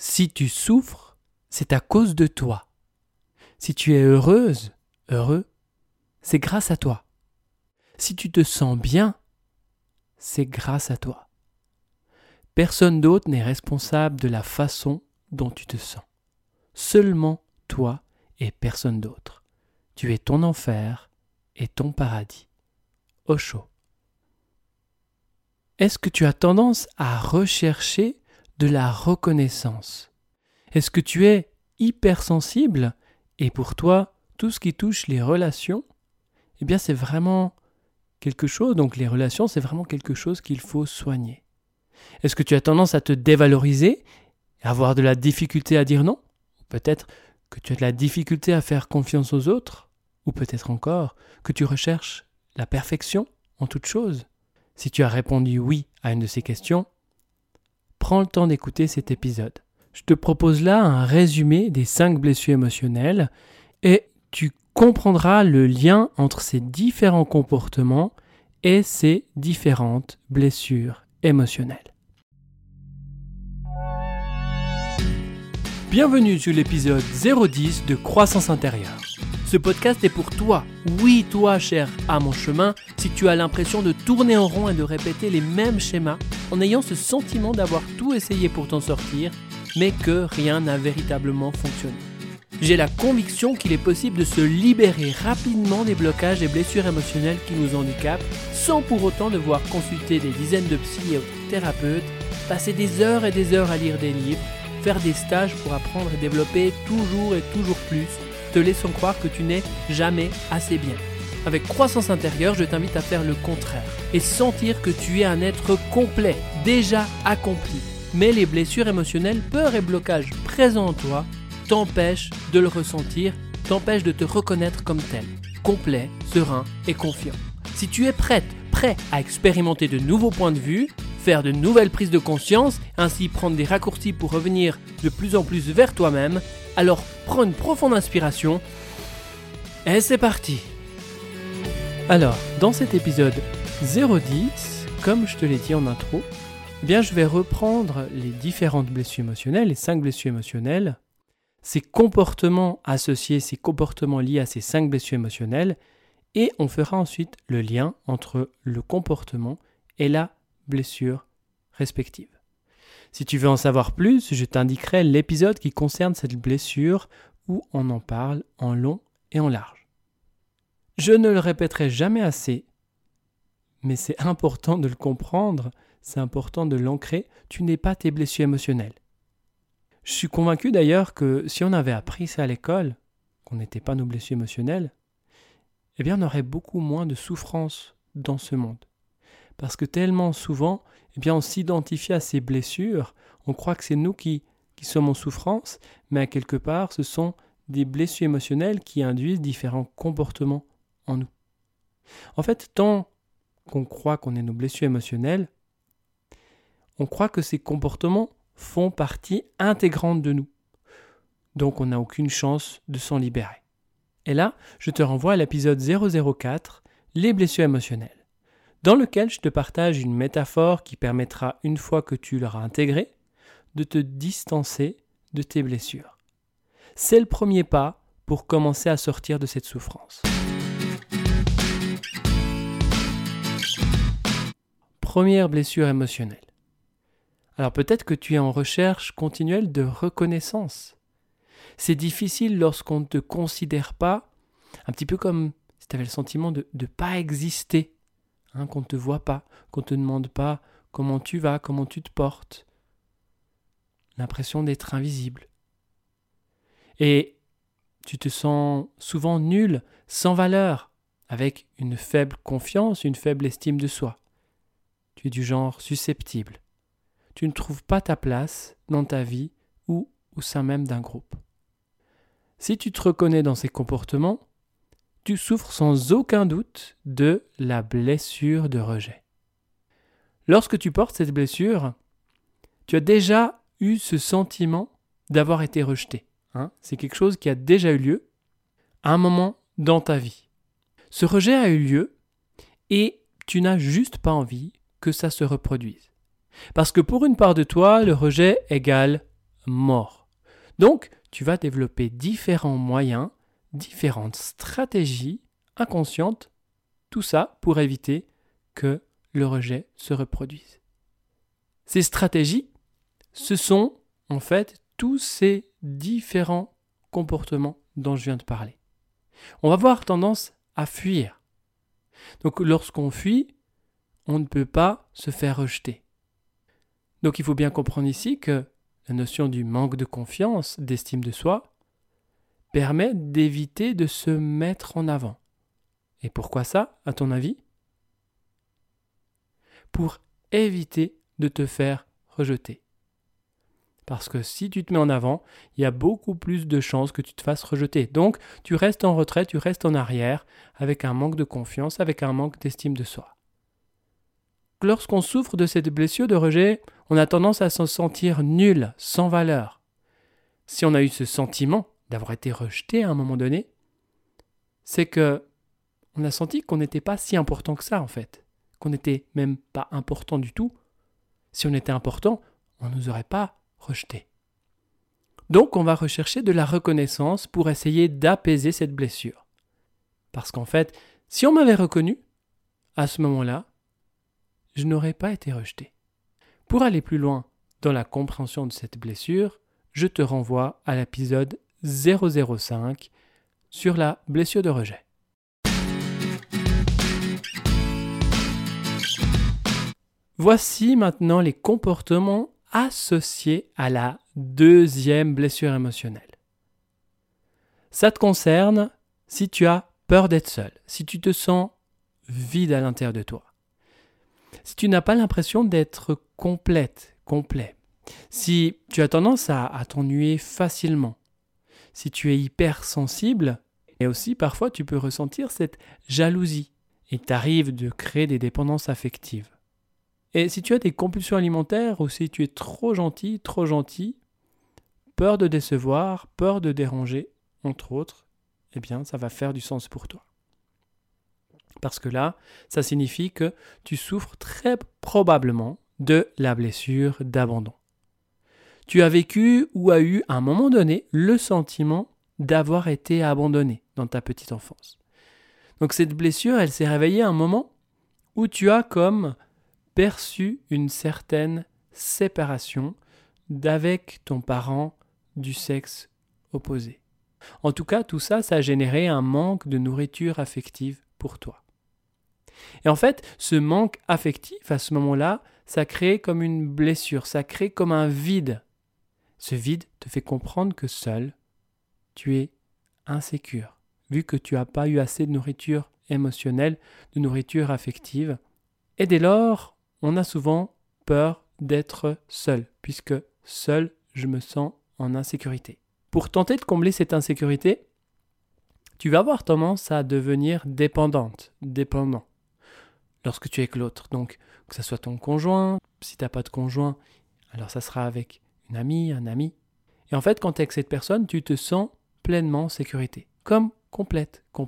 Si tu souffres, c'est à cause de toi. Si tu es heureuse, heureux, c'est grâce à toi. Si tu te sens bien, c'est grâce à toi. Personne d'autre n'est responsable de la façon dont tu te sens. Seulement toi et personne d'autre. Tu es ton enfer et ton paradis. Osho. Est-ce que tu as tendance à rechercher de la reconnaissance? Est-ce que tu es hypersensible et pour toi, tout ce qui touche les relations, eh bien c'est vraiment quelque chose, donc les relations, c'est vraiment quelque chose qu'il faut soigner. Est-ce que tu as tendance à te dévaloriser et avoir de la difficulté à dire non? Peut-être que tu as de la difficulté à faire confiance aux autres? Ou peut-être encore que tu recherches la perfection en toute chose? Si tu as répondu oui à une de ces questions, prends le temps d'écouter cet épisode. Je te propose là un résumé des 5 blessures émotionnelles et tu comprendras le lien entre ces différents comportements et ces différentes blessures émotionnelles. Bienvenue sur l'épisode 010 de Croissance intérieure. Ce podcast est pour toi, oui toi cher âme en chemin, si tu as l'impression de tourner en rond et de répéter les mêmes schémas en ayant ce sentiment d'avoir tout essayé pour t'en sortir, mais que rien n'a véritablement fonctionné. J'ai la conviction qu'il est possible de se libérer rapidement des blocages et blessures émotionnelles qui nous handicapent, sans pour autant devoir consulter des dizaines de psy et thérapeutes, passer des heures et des heures à lire des livres, faire des stages pour apprendre et développer toujours et toujours plus, te laissant croire que tu n'es jamais assez bien. Avec Croissance intérieure, je t'invite à faire le contraire et sentir que tu es un être complet, déjà accompli. Mais les blessures émotionnelles, peurs et blocages présents en toi t'empêchent de le ressentir, t'empêchent de te reconnaître comme tel, complet, serein et confiant. Si tu es prêt à expérimenter de nouveaux points de vue, faire de nouvelles prises de conscience, ainsi prendre des raccourcis pour revenir de plus en plus vers toi-même, alors prends une profonde inspiration et c'est parti. Alors, dans cet épisode 010, comme je te l'ai dit en intro, eh bien, je vais reprendre les différentes blessures émotionnelles, les 5 blessures émotionnelles, ces comportements associés, ces comportements liés à ces 5 blessures émotionnelles, et on fera ensuite le lien entre le comportement et la blessure respective. Si tu veux en savoir plus, je t'indiquerai l'épisode qui concerne cette blessure où on en parle en long et en large. Je ne le répéterai jamais assez, mais c'est important de le comprendre, c'est important de l'ancrer, tu n'es pas tes blessures émotionnelles. Je suis convaincu d'ailleurs que si on avait appris ça à l'école, qu'on n'était pas nos blessures émotionnelles, eh bien on aurait beaucoup moins de souffrance dans ce monde. Parce que tellement souvent, eh bien on s'identifie à ces blessures, on croit que c'est nous qui sommes en souffrance, mais à quelque part ce sont des blessures émotionnelles qui induisent différents comportements en nous. En fait, tant qu'on croit qu'on est nos blessures émotionnelles, on croit que ces comportements font partie intégrante de nous. Donc on n'a aucune chance de s'en libérer. Et là, je te renvoie à l'épisode 004, les blessures émotionnelles, dans lequel je te partage une métaphore qui permettra, une fois que tu l'auras intégrée, de te distancer de tes blessures. C'est le premier pas pour commencer à sortir de cette souffrance. Première blessure émotionnelle. Alors peut-être que tu es en recherche continuelle de reconnaissance. C'est difficile lorsqu'on ne te considère pas, un petit peu comme si tu avais le sentiment de ne pas exister, qu'on ne te voit pas, qu'on ne te demande pas comment tu vas, comment tu te portes. L'impression d'être invisible. Et tu te sens souvent nul, sans valeur, avec une faible confiance, une faible estime de soi. Tu es du genre susceptible. Tu ne trouves pas ta place dans ta vie ou au sein même d'un groupe. Si tu te reconnais dans ces comportements, tu souffres sans aucun doute de la blessure de rejet. Lorsque tu portes cette blessure, tu as déjà eu ce sentiment d'avoir été rejeté. C'est quelque chose qui a déjà eu lieu à un moment dans ta vie. Ce rejet a eu lieu et tu n'as juste pas envie que ça se reproduise. Parce que pour une part de toi, le rejet égale mort. Donc, tu vas développer différents moyens, différentes stratégies inconscientes, tout ça pour éviter que le rejet se reproduise. Ces stratégies, ce sont en fait tous ces différents comportements dont je viens de parler. On va avoir tendance à fuir. Donc lorsqu'on fuit, on ne peut pas se faire rejeter. Donc il faut bien comprendre ici que la notion du manque de confiance, d'estime de soi, permet d'éviter de se mettre en avant. Et pourquoi ça, à ton avis ? Pour éviter de te faire rejeter. Parce que si tu te mets en avant, il y a beaucoup plus de chances que tu te fasses rejeter. Donc, tu restes en retrait, tu restes en arrière, avec un manque de confiance, avec un manque d'estime de soi. Lorsqu'on souffre de cette blessure de rejet, on a tendance à se sentir nul, sans valeur. Si on a eu ce sentiment d'avoir été rejeté à un moment donné, c'est que on a senti qu'on n'était pas si important que ça en fait, qu'on n'était même pas important du tout. Si on était important, on ne nous aurait pas rejeté. Donc on va rechercher de la reconnaissance pour essayer d'apaiser cette blessure. Parce qu'en fait, si on m'avait reconnu, à ce moment-là, je n'aurais pas été rejeté. Pour aller plus loin dans la compréhension de cette blessure, je te renvoie à l'épisode 005 sur la blessure de rejet. Voici maintenant les comportements associés à la deuxième blessure émotionnelle. Ça te concerne si tu as peur d'être seul, si tu te sens vide à l'intérieur de toi, si tu n'as pas l'impression d'être complet, si tu as tendance à t'ennuyer facilement, si tu es hypersensible, et aussi parfois tu peux ressentir cette jalousie et t'arrive de créer des dépendances affectives. Et si tu as des compulsions alimentaires ou si tu es trop gentil, peur de décevoir, peur de déranger, entre autres, eh bien ça va faire du sens pour toi. Parce que là, ça signifie que tu souffres très probablement de la blessure d'abandon. Tu as vécu ou as eu à un moment donné le sentiment d'avoir été abandonné dans ta petite enfance. Donc cette blessure, elle s'est réveillée à un moment où tu as comme perçu une certaine séparation d'avec ton parent du sexe opposé. En tout cas, tout ça, ça a généré un manque de nourriture affective pour toi. Et en fait, ce manque affectif, à ce moment-là, ça crée comme une blessure, ça crée comme un vide. Ce vide te fait comprendre que seul, tu es insécure, vu que tu n'as pas eu assez de nourriture émotionnelle, de nourriture affective. Et dès lors, on a souvent peur d'être seul, puisque seul, je me sens en insécurité. Pour tenter de combler cette insécurité, tu vas avoir tendance à devenir dépendant. Lorsque tu es avec l'autre, donc que ce soit ton conjoint, si tu n'as pas de conjoint, alors ça sera avec une amie, un ami. Et en fait, quand tu es avec cette personne, tu te sens pleinement en sécurité, comme complet.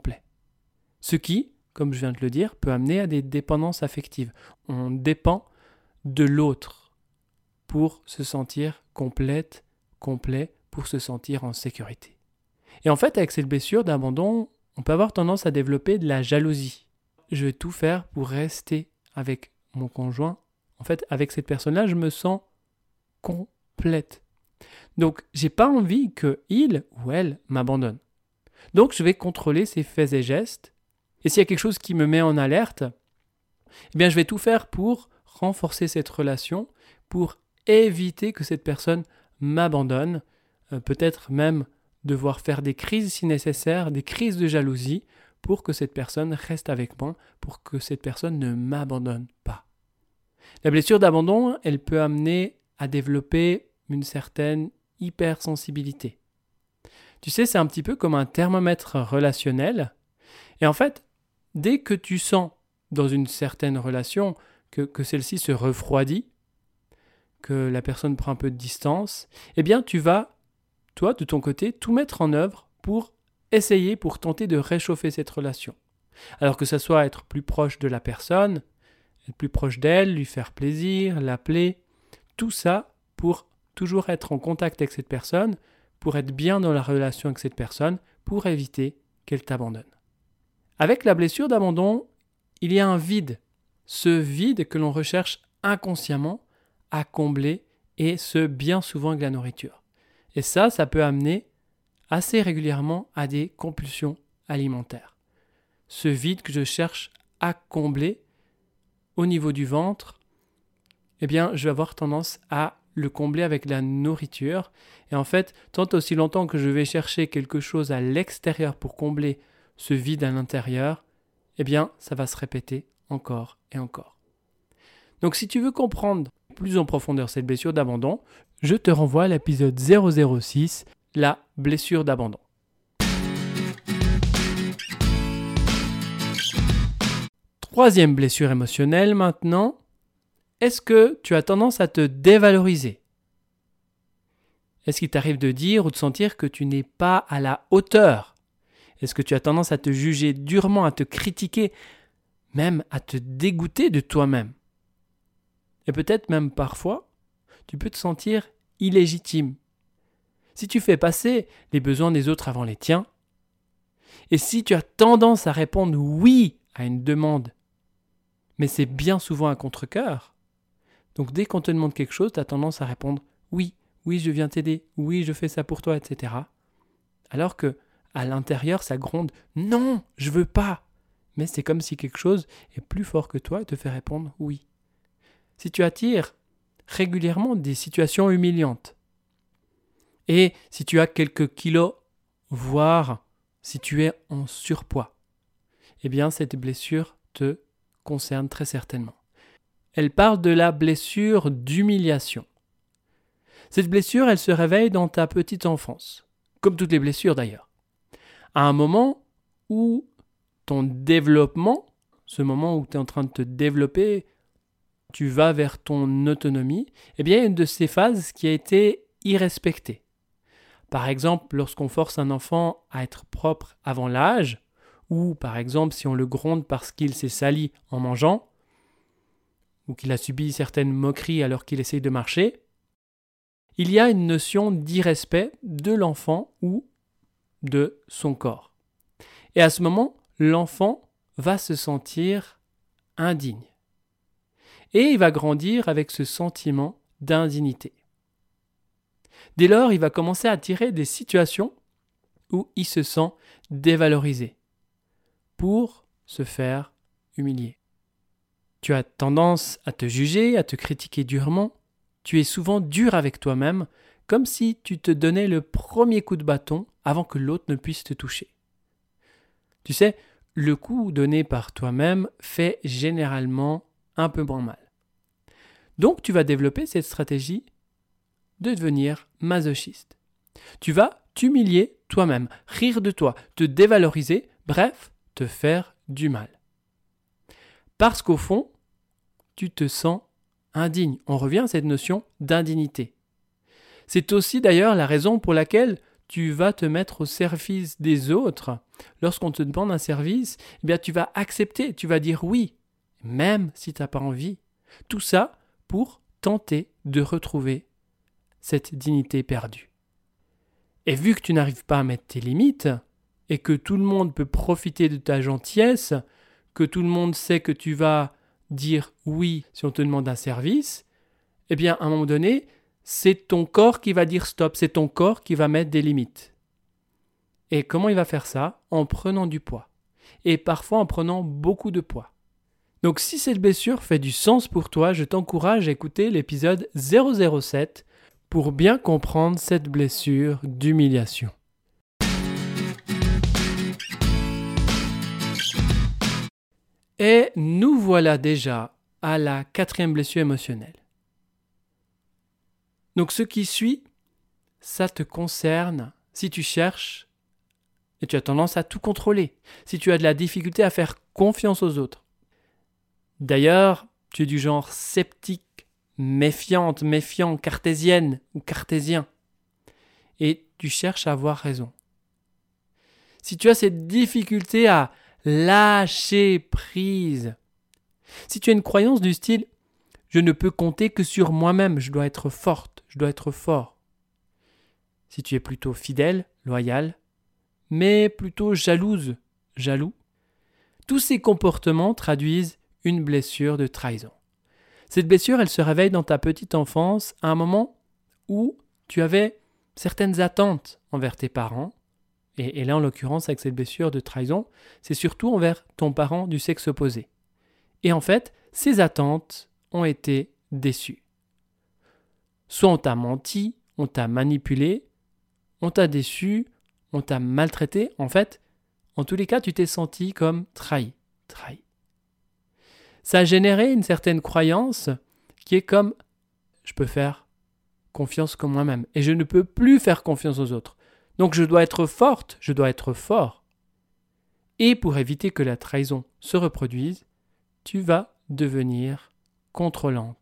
Ce qui, comme je viens de le dire, peut amener à des dépendances affectives. On dépend de l'autre pour se sentir complet, pour se sentir en sécurité. Et en fait, avec cette blessure d'abandon, on peut avoir tendance à développer de la jalousie. Je vais tout faire pour rester avec mon conjoint. En fait, avec cette personne-là, je me sens complète. Donc, j'ai pas envie qu'il ou elle m'abandonne. Donc, je vais contrôler ses faits et gestes. Et s'il y a quelque chose qui me met en alerte, eh bien, je vais tout faire pour renforcer cette relation, pour éviter que cette personne m'abandonne, peut-être même devoir faire des crises si nécessaire, des crises de jalousie, pour que cette personne reste avec moi, pour que cette personne ne m'abandonne pas. La blessure d'abandon, elle peut amener à développer une certaine hypersensibilité. Tu sais, c'est un petit peu comme un thermomètre relationnel. Et en fait, dès que tu sens dans une certaine relation que celle-ci se refroidit, que la personne prend un peu de distance, eh bien tu vas, toi, de ton côté, tout mettre en œuvre pour tenter de réchauffer cette relation. Alors que ça soit être plus proche de la personne, être plus proche d'elle, lui faire plaisir, l'appeler, tout ça pour toujours être en contact avec cette personne pour être bien dans la relation avec cette personne pour éviter qu'elle t'abandonne. Avec la blessure d'abandon, il y a un vide. Ce vide que l'on recherche inconsciemment à combler et ce bien souvent avec la nourriture. Et ça peut amener assez régulièrement à des compulsions alimentaires. Ce vide que je cherche à combler au niveau du ventre, je vais avoir tendance à le combler avec la nourriture. Et en fait, tant aussi longtemps que je vais chercher quelque chose à l'extérieur pour combler ce vide à l'intérieur, ça va se répéter encore et encore. Donc si tu veux comprendre plus en profondeur cette blessure d'abandon, je te renvoie à l'épisode 006, la blessure d'abandon. Troisième blessure émotionnelle maintenant, est-ce que tu as tendance à te dévaloriser ? Est-ce qu'il t'arrive de dire ou de sentir que tu n'es pas à la hauteur ? Est-ce que tu as tendance à te juger durement, à te critiquer, même à te dégoûter de toi-même ? Et peut-être même parfois, tu peux te sentir illégitime. Si tu fais passer les besoins des autres avant les tiens, et si tu as tendance à répondre oui à une demande, mais c'est bien souvent un contre-cœur, donc dès qu'on te demande quelque chose, tu as tendance à répondre oui, je viens t'aider, oui, je fais ça pour toi, etc. Alors que à l'intérieur, ça gronde non, je veux pas. Mais c'est comme si quelque chose est plus fort que toi et te fait répondre oui. Si tu attires régulièrement des situations humiliantes, et si tu as quelques kilos, voire si tu es en surpoids, cette blessure te concerne très certainement. Elle parle de la blessure d'humiliation. Cette blessure, elle se réveille dans ta petite enfance, comme toutes les blessures d'ailleurs. À un moment où ton développement, ce moment où tu es en train de te développer, tu vas vers ton autonomie, il y a une de ces phases qui a été irrespectée. Par exemple, lorsqu'on force un enfant à être propre avant l'âge, ou par exemple si on le gronde parce qu'il s'est sali en mangeant, ou qu'il a subi certaines moqueries alors qu'il essaye de marcher, il y a une notion d'irrespect de l'enfant ou de son corps. Et à ce moment, l'enfant va se sentir indigne. Et il va grandir avec ce sentiment d'indignité. Dès lors, il va commencer à attirer des situations où il se sent dévalorisé pour se faire humilier. Tu as tendance à te juger, à te critiquer durement. Tu es souvent dur avec toi-même, comme si tu te donnais le premier coup de bâton avant que l'autre ne puisse te toucher. Tu sais, le coup donné par toi-même fait généralement un peu moins mal. Donc tu vas développer cette stratégie de devenir masochiste. Tu vas t'humilier toi-même, rire de toi, te dévaloriser, bref, te faire du mal. Parce qu'au fond, tu te sens indigne. On revient à cette notion d'indignité. C'est aussi d'ailleurs la raison pour laquelle tu vas te mettre au service des autres. Lorsqu'on te demande un service, tu vas accepter, tu vas dire oui, même si tu n'as pas envie. Tout ça pour tenter de retrouver cette dignité perdue. Et vu que tu n'arrives pas à mettre tes limites, et que tout le monde peut profiter de ta gentillesse, que tout le monde sait que tu vas dire oui si on te demande un service, à un moment donné, c'est ton corps qui va dire stop, c'est ton corps qui va mettre des limites. Et comment il va faire ça ? En prenant du poids. Et parfois en prenant beaucoup de poids. Donc si cette blessure fait du sens pour toi, je t'encourage à écouter l'épisode 007 pour bien comprendre cette blessure d'humiliation. Et nous voilà déjà à la 4e blessure émotionnelle. Donc ce qui suit, ça te concerne si tu cherches et tu as tendance à tout contrôler, si tu as de la difficulté à faire confiance aux autres. D'ailleurs, tu es du genre sceptique, méfiant, cartésienne ou cartésien. Et tu cherches à avoir raison. Si tu as cette difficulté à lâcher prise, si tu as une croyance du style « je ne peux compter que sur moi-même, je dois être forte, je dois être fort. Si tu es plutôt fidèle, loyal, mais plutôt jalouse, jaloux, tous ces comportements traduisent une blessure de trahison. Cette blessure, elle se réveille dans ta petite enfance à un moment où tu avais certaines attentes envers tes parents. Et là, en l'occurrence, avec cette blessure de trahison, c'est surtout envers ton parent du sexe opposé. Et en fait, ces attentes ont été déçues. Soit on t'a menti, on t'a manipulé, on t'a déçu, on t'a maltraité. En fait, en tous les cas, tu t'es senti comme trahi. Ça a généré une certaine croyance qui est comme « je peux faire confiance qu'en moi-même et je ne peux plus faire confiance aux autres. Donc je dois être forte, je dois être fort. » Et pour éviter que la trahison se reproduise, tu vas devenir contrôlant.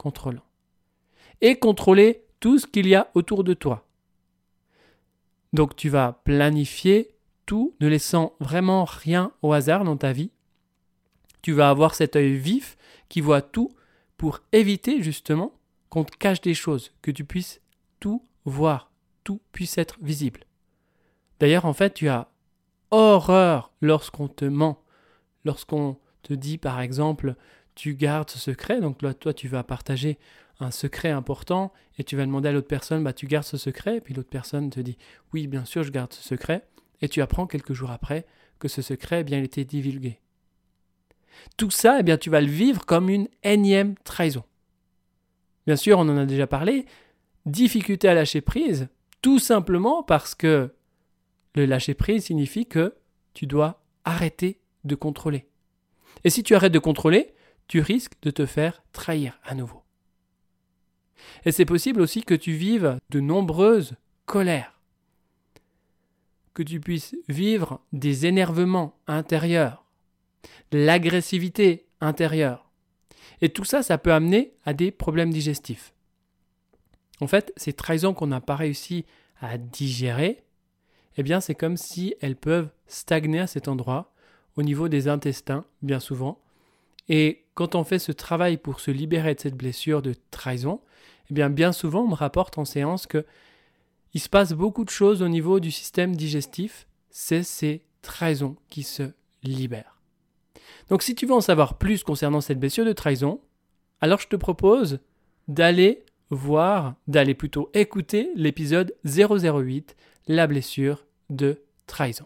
Et contrôler tout ce qu'il y a autour de toi. Donc tu vas planifier tout, ne laissant vraiment rien au hasard dans ta vie. Tu vas avoir cet œil vif qui voit tout pour éviter justement qu'on te cache des choses, que tu puisses tout voir, tout puisse être visible. D'ailleurs, en fait, tu as horreur lorsqu'on te ment, lorsqu'on te dit par exemple, tu gardes ce secret, donc là, toi, tu vas partager un secret important et tu vas demander à l'autre personne, tu gardes ce secret, et puis l'autre personne te dit, oui, bien sûr, je garde ce secret, et tu apprends quelques jours après que ce secret, il était divulgué. Tout ça, tu vas le vivre comme une énième trahison. Bien sûr, on en a déjà parlé, difficulté à lâcher prise, tout simplement parce que le lâcher prise signifie que tu dois arrêter de contrôler. Et si tu arrêtes de contrôler, tu risques de te faire trahir à nouveau. Et c'est possible aussi que tu vives de nombreuses colères, que tu puisses vivre des énervements intérieurs, l'agressivité intérieure. Et tout ça, ça peut amener à des problèmes digestifs. En fait, ces trahisons qu'on n'a pas réussi à digérer, c'est comme si elles peuvent stagner à cet endroit, au niveau des intestins, bien souvent. Et quand on fait ce travail pour se libérer de cette blessure de trahison, bien souvent, on me rapporte en séance qu'il se passe beaucoup de choses au niveau du système digestif. C'est ces trahisons qui se libèrent. Donc, si tu veux en savoir plus concernant cette blessure de trahison, alors je te propose d'aller plutôt écouter l'épisode 008, la blessure de trahison.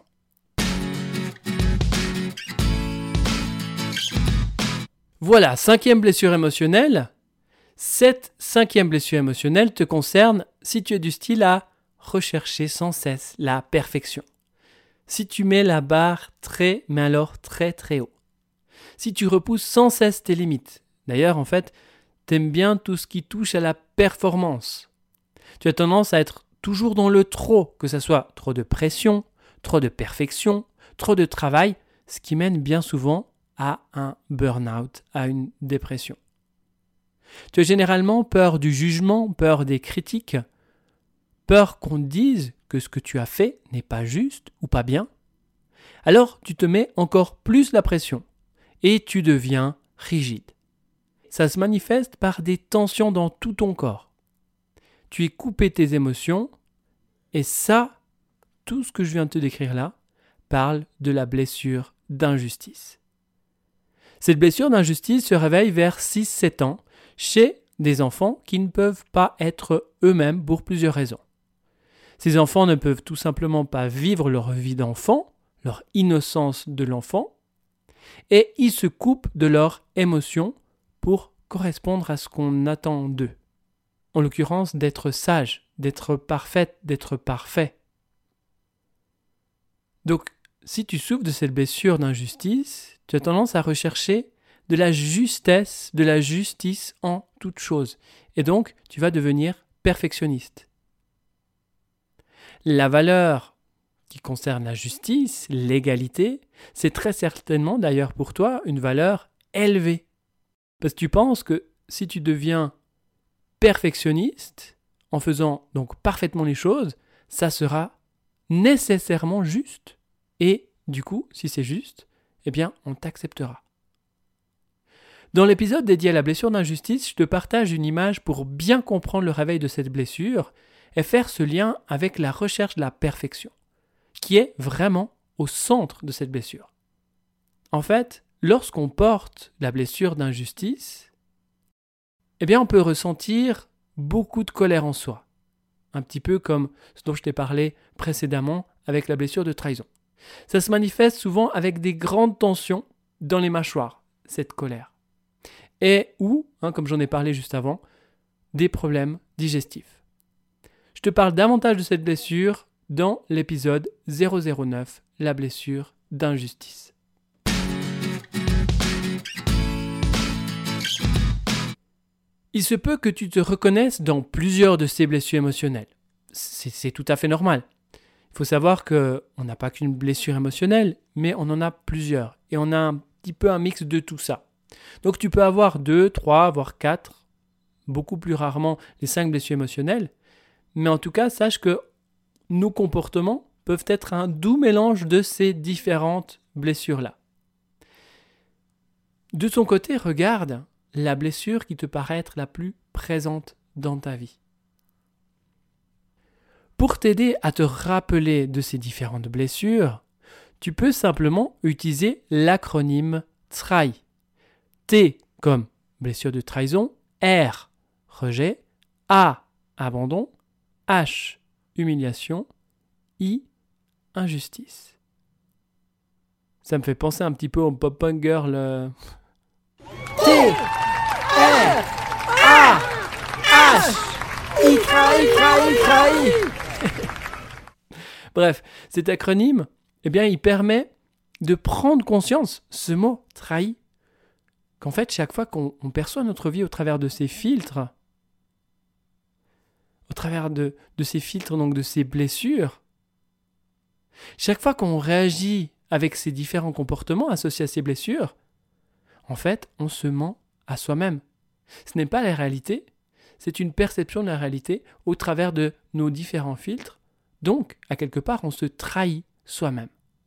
Voilà, 5e blessure émotionnelle. Cette 5e blessure émotionnelle te concerne si tu es du style à rechercher sans cesse la perfection. Si tu mets la barre très très haut. Si tu repousses sans cesse tes limites. D'ailleurs, en fait, t'aimes bien tout ce qui touche à la performance. Tu as tendance à être toujours dans le trop, que ce soit trop de pression, trop de perfection, trop de travail, ce qui mène bien souvent à un burn-out, à une dépression. Tu as généralement peur du jugement, peur des critiques, peur qu'on te dise que ce que tu as fait n'est pas juste ou pas bien. Alors tu te mets encore plus la pression et tu deviens rigide. Ça se manifeste par des tensions dans tout ton corps. Tu es coupé de tes émotions et ça, tout ce que je viens de te décrire là, parle de la blessure d'injustice. Cette blessure d'injustice se réveille vers 6-7 ans chez des enfants qui ne peuvent pas être eux-mêmes pour plusieurs raisons. Ces enfants ne peuvent tout simplement pas vivre leur vie d'enfant, leur innocence de l'enfant, et ils se coupent de leurs émotions pour correspondre à ce qu'on attend d'eux. En l'occurrence, d'être sage, d'être parfaite, d'être parfait. Donc, si tu souffres de cette blessure d'injustice, tu as tendance à rechercher de la justesse, de la justice en toute chose. Et donc, tu vas devenir perfectionniste. La valeur qui concerne la justice, l'égalité, c'est très certainement d'ailleurs pour toi une valeur élevée. Parce que tu penses que si tu deviens perfectionniste, en faisant donc parfaitement les choses, ça sera nécessairement juste. Et du coup, si c'est juste, on t'acceptera. Dans l'épisode dédié à la blessure d'injustice, je te partage une image pour bien comprendre le réveil de cette blessure et faire ce lien avec la recherche de la perfection, qui est vraiment au centre de cette blessure. En fait, lorsqu'on porte la blessure d'injustice, on peut ressentir beaucoup de colère en soi. Un petit peu comme ce dont je t'ai parlé précédemment avec la blessure de trahison. Ça se manifeste souvent avec des grandes tensions dans les mâchoires, cette colère. Et ou, comme j'en ai parlé juste avant, des problèmes digestifs. Je te parle davantage de cette blessure dans l'épisode 009, la blessure d'injustice. Il se peut que tu te reconnaisses dans plusieurs de ces blessures émotionnelles. C'est tout à fait normal. Il faut savoir qu'on n'a pas qu'une blessure émotionnelle, mais on en a plusieurs. Et on a un petit peu un mix de tout ça. Donc tu peux avoir 2, 3, voire 4, beaucoup plus rarement les 5 blessures émotionnelles. Mais en tout cas, sache que nos comportements peuvent être un doux mélange de ces différentes blessures-là. De ton côté, regarde la blessure qui te paraît être la plus présente dans ta vie. Pour t'aider à te rappeler de ces différentes blessures, tu peux simplement utiliser l'acronyme TRAI. T comme blessure de trahison, R, rejet, A, abandon, H, humiliation, I, injustice. Ça me fait penser un petit peu au pop-punk girl. T, R, A, H, I, trahi. Bref, cet acronyme, il permet de prendre conscience, ce mot trahi, qu'en fait, chaque fois qu'on perçoit notre vie au travers de ces filtres, au travers de ces filtres, donc de ces blessures, chaque fois qu'on réagit avec ces différents comportements associés à ces blessures, en fait, on se ment à soi-même. Ce n'est pas la réalité, c'est une perception de la réalité au travers de nos différents filtres. Donc, à quelque part, on se trahit soi-même.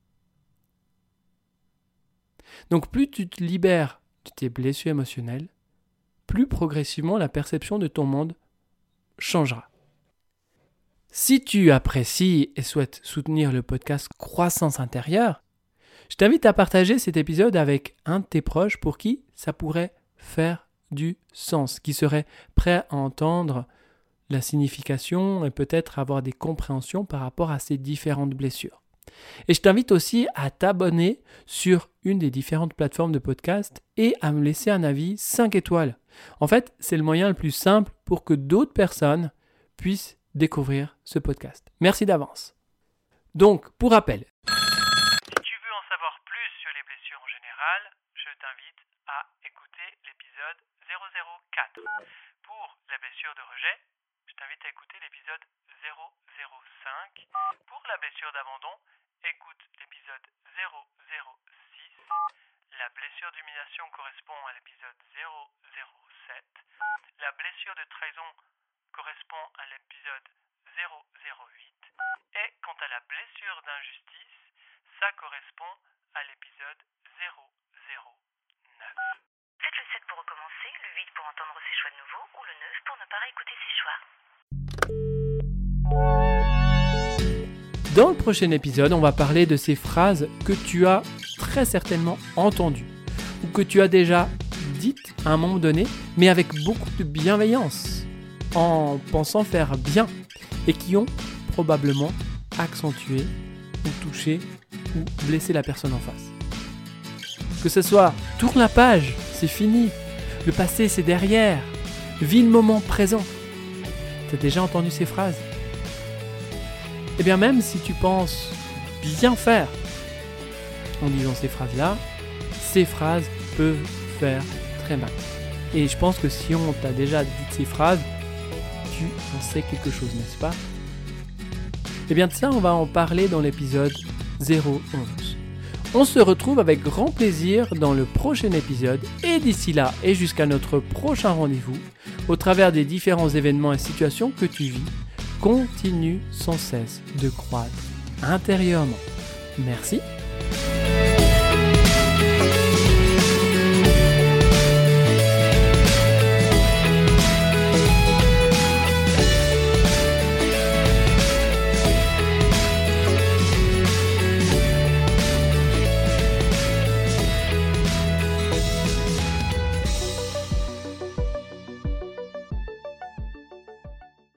Donc, plus tu te libères de tes blessures émotionnelles, plus progressivement la perception de ton monde changera. Si tu apprécies et souhaites soutenir le podcast Croissance intérieure, je t'invite à partager cet épisode avec un de tes proches pour qui ça pourrait faire du sens, qui serait prêt à entendre la signification et peut-être avoir des compréhensions par rapport à ces différentes blessures. Et je t'invite aussi à t'abonner sur une des différentes plateformes de podcast et à me laisser un avis 5 étoiles. En fait, c'est le moyen le plus simple pour que d'autres personnes puissent découvrir ce podcast. Merci d'avance. Donc, pour rappel, si tu veux en savoir plus sur les blessures en général, je t'invite à écouter l'épisode 004. Pour la blessure de rejet, je t'invite à écouter l'épisode 005. Pour la blessure d'abandon, écoute l'épisode 006. La blessure d'humiliation correspond à l'épisode 007. La blessure de trahison correspond à l'épisode 008. Et quant à la blessure d'injustice, ça correspond à l'épisode 009. Faites le 7 pour recommencer, le 8 pour entendre ses choix de nouveau ou le 9 pour ne pas réécouter ses choix. dans le prochain épisode, on va parler de ces phrases que tu as très certainement entendues ou que tu as déjà dites à un moment donné, mais avec beaucoup de bienveillance, en pensant faire bien et qui ont probablement accentué ou touché ou blessé la personne en face. Que ce soit « tourne la page, c'est fini »,« le passé c'est derrière »,« vis le moment présent ». Tu as déjà entendu ces phrases ? Eh bien même si tu penses bien faire en disant ces phrases-là, ces phrases peuvent faire très mal. Et je pense que si on t'a déjà dit ces phrases, tu en sais quelque chose, n'est-ce pas ? Eh bien de ça, on va en parler dans l'épisode 011. On se retrouve avec grand plaisir dans le prochain épisode et d'ici là et jusqu'à notre prochain rendez-vous, au travers des différents événements et situations que tu vis, continue sans cesse de croître intérieurement. Merci.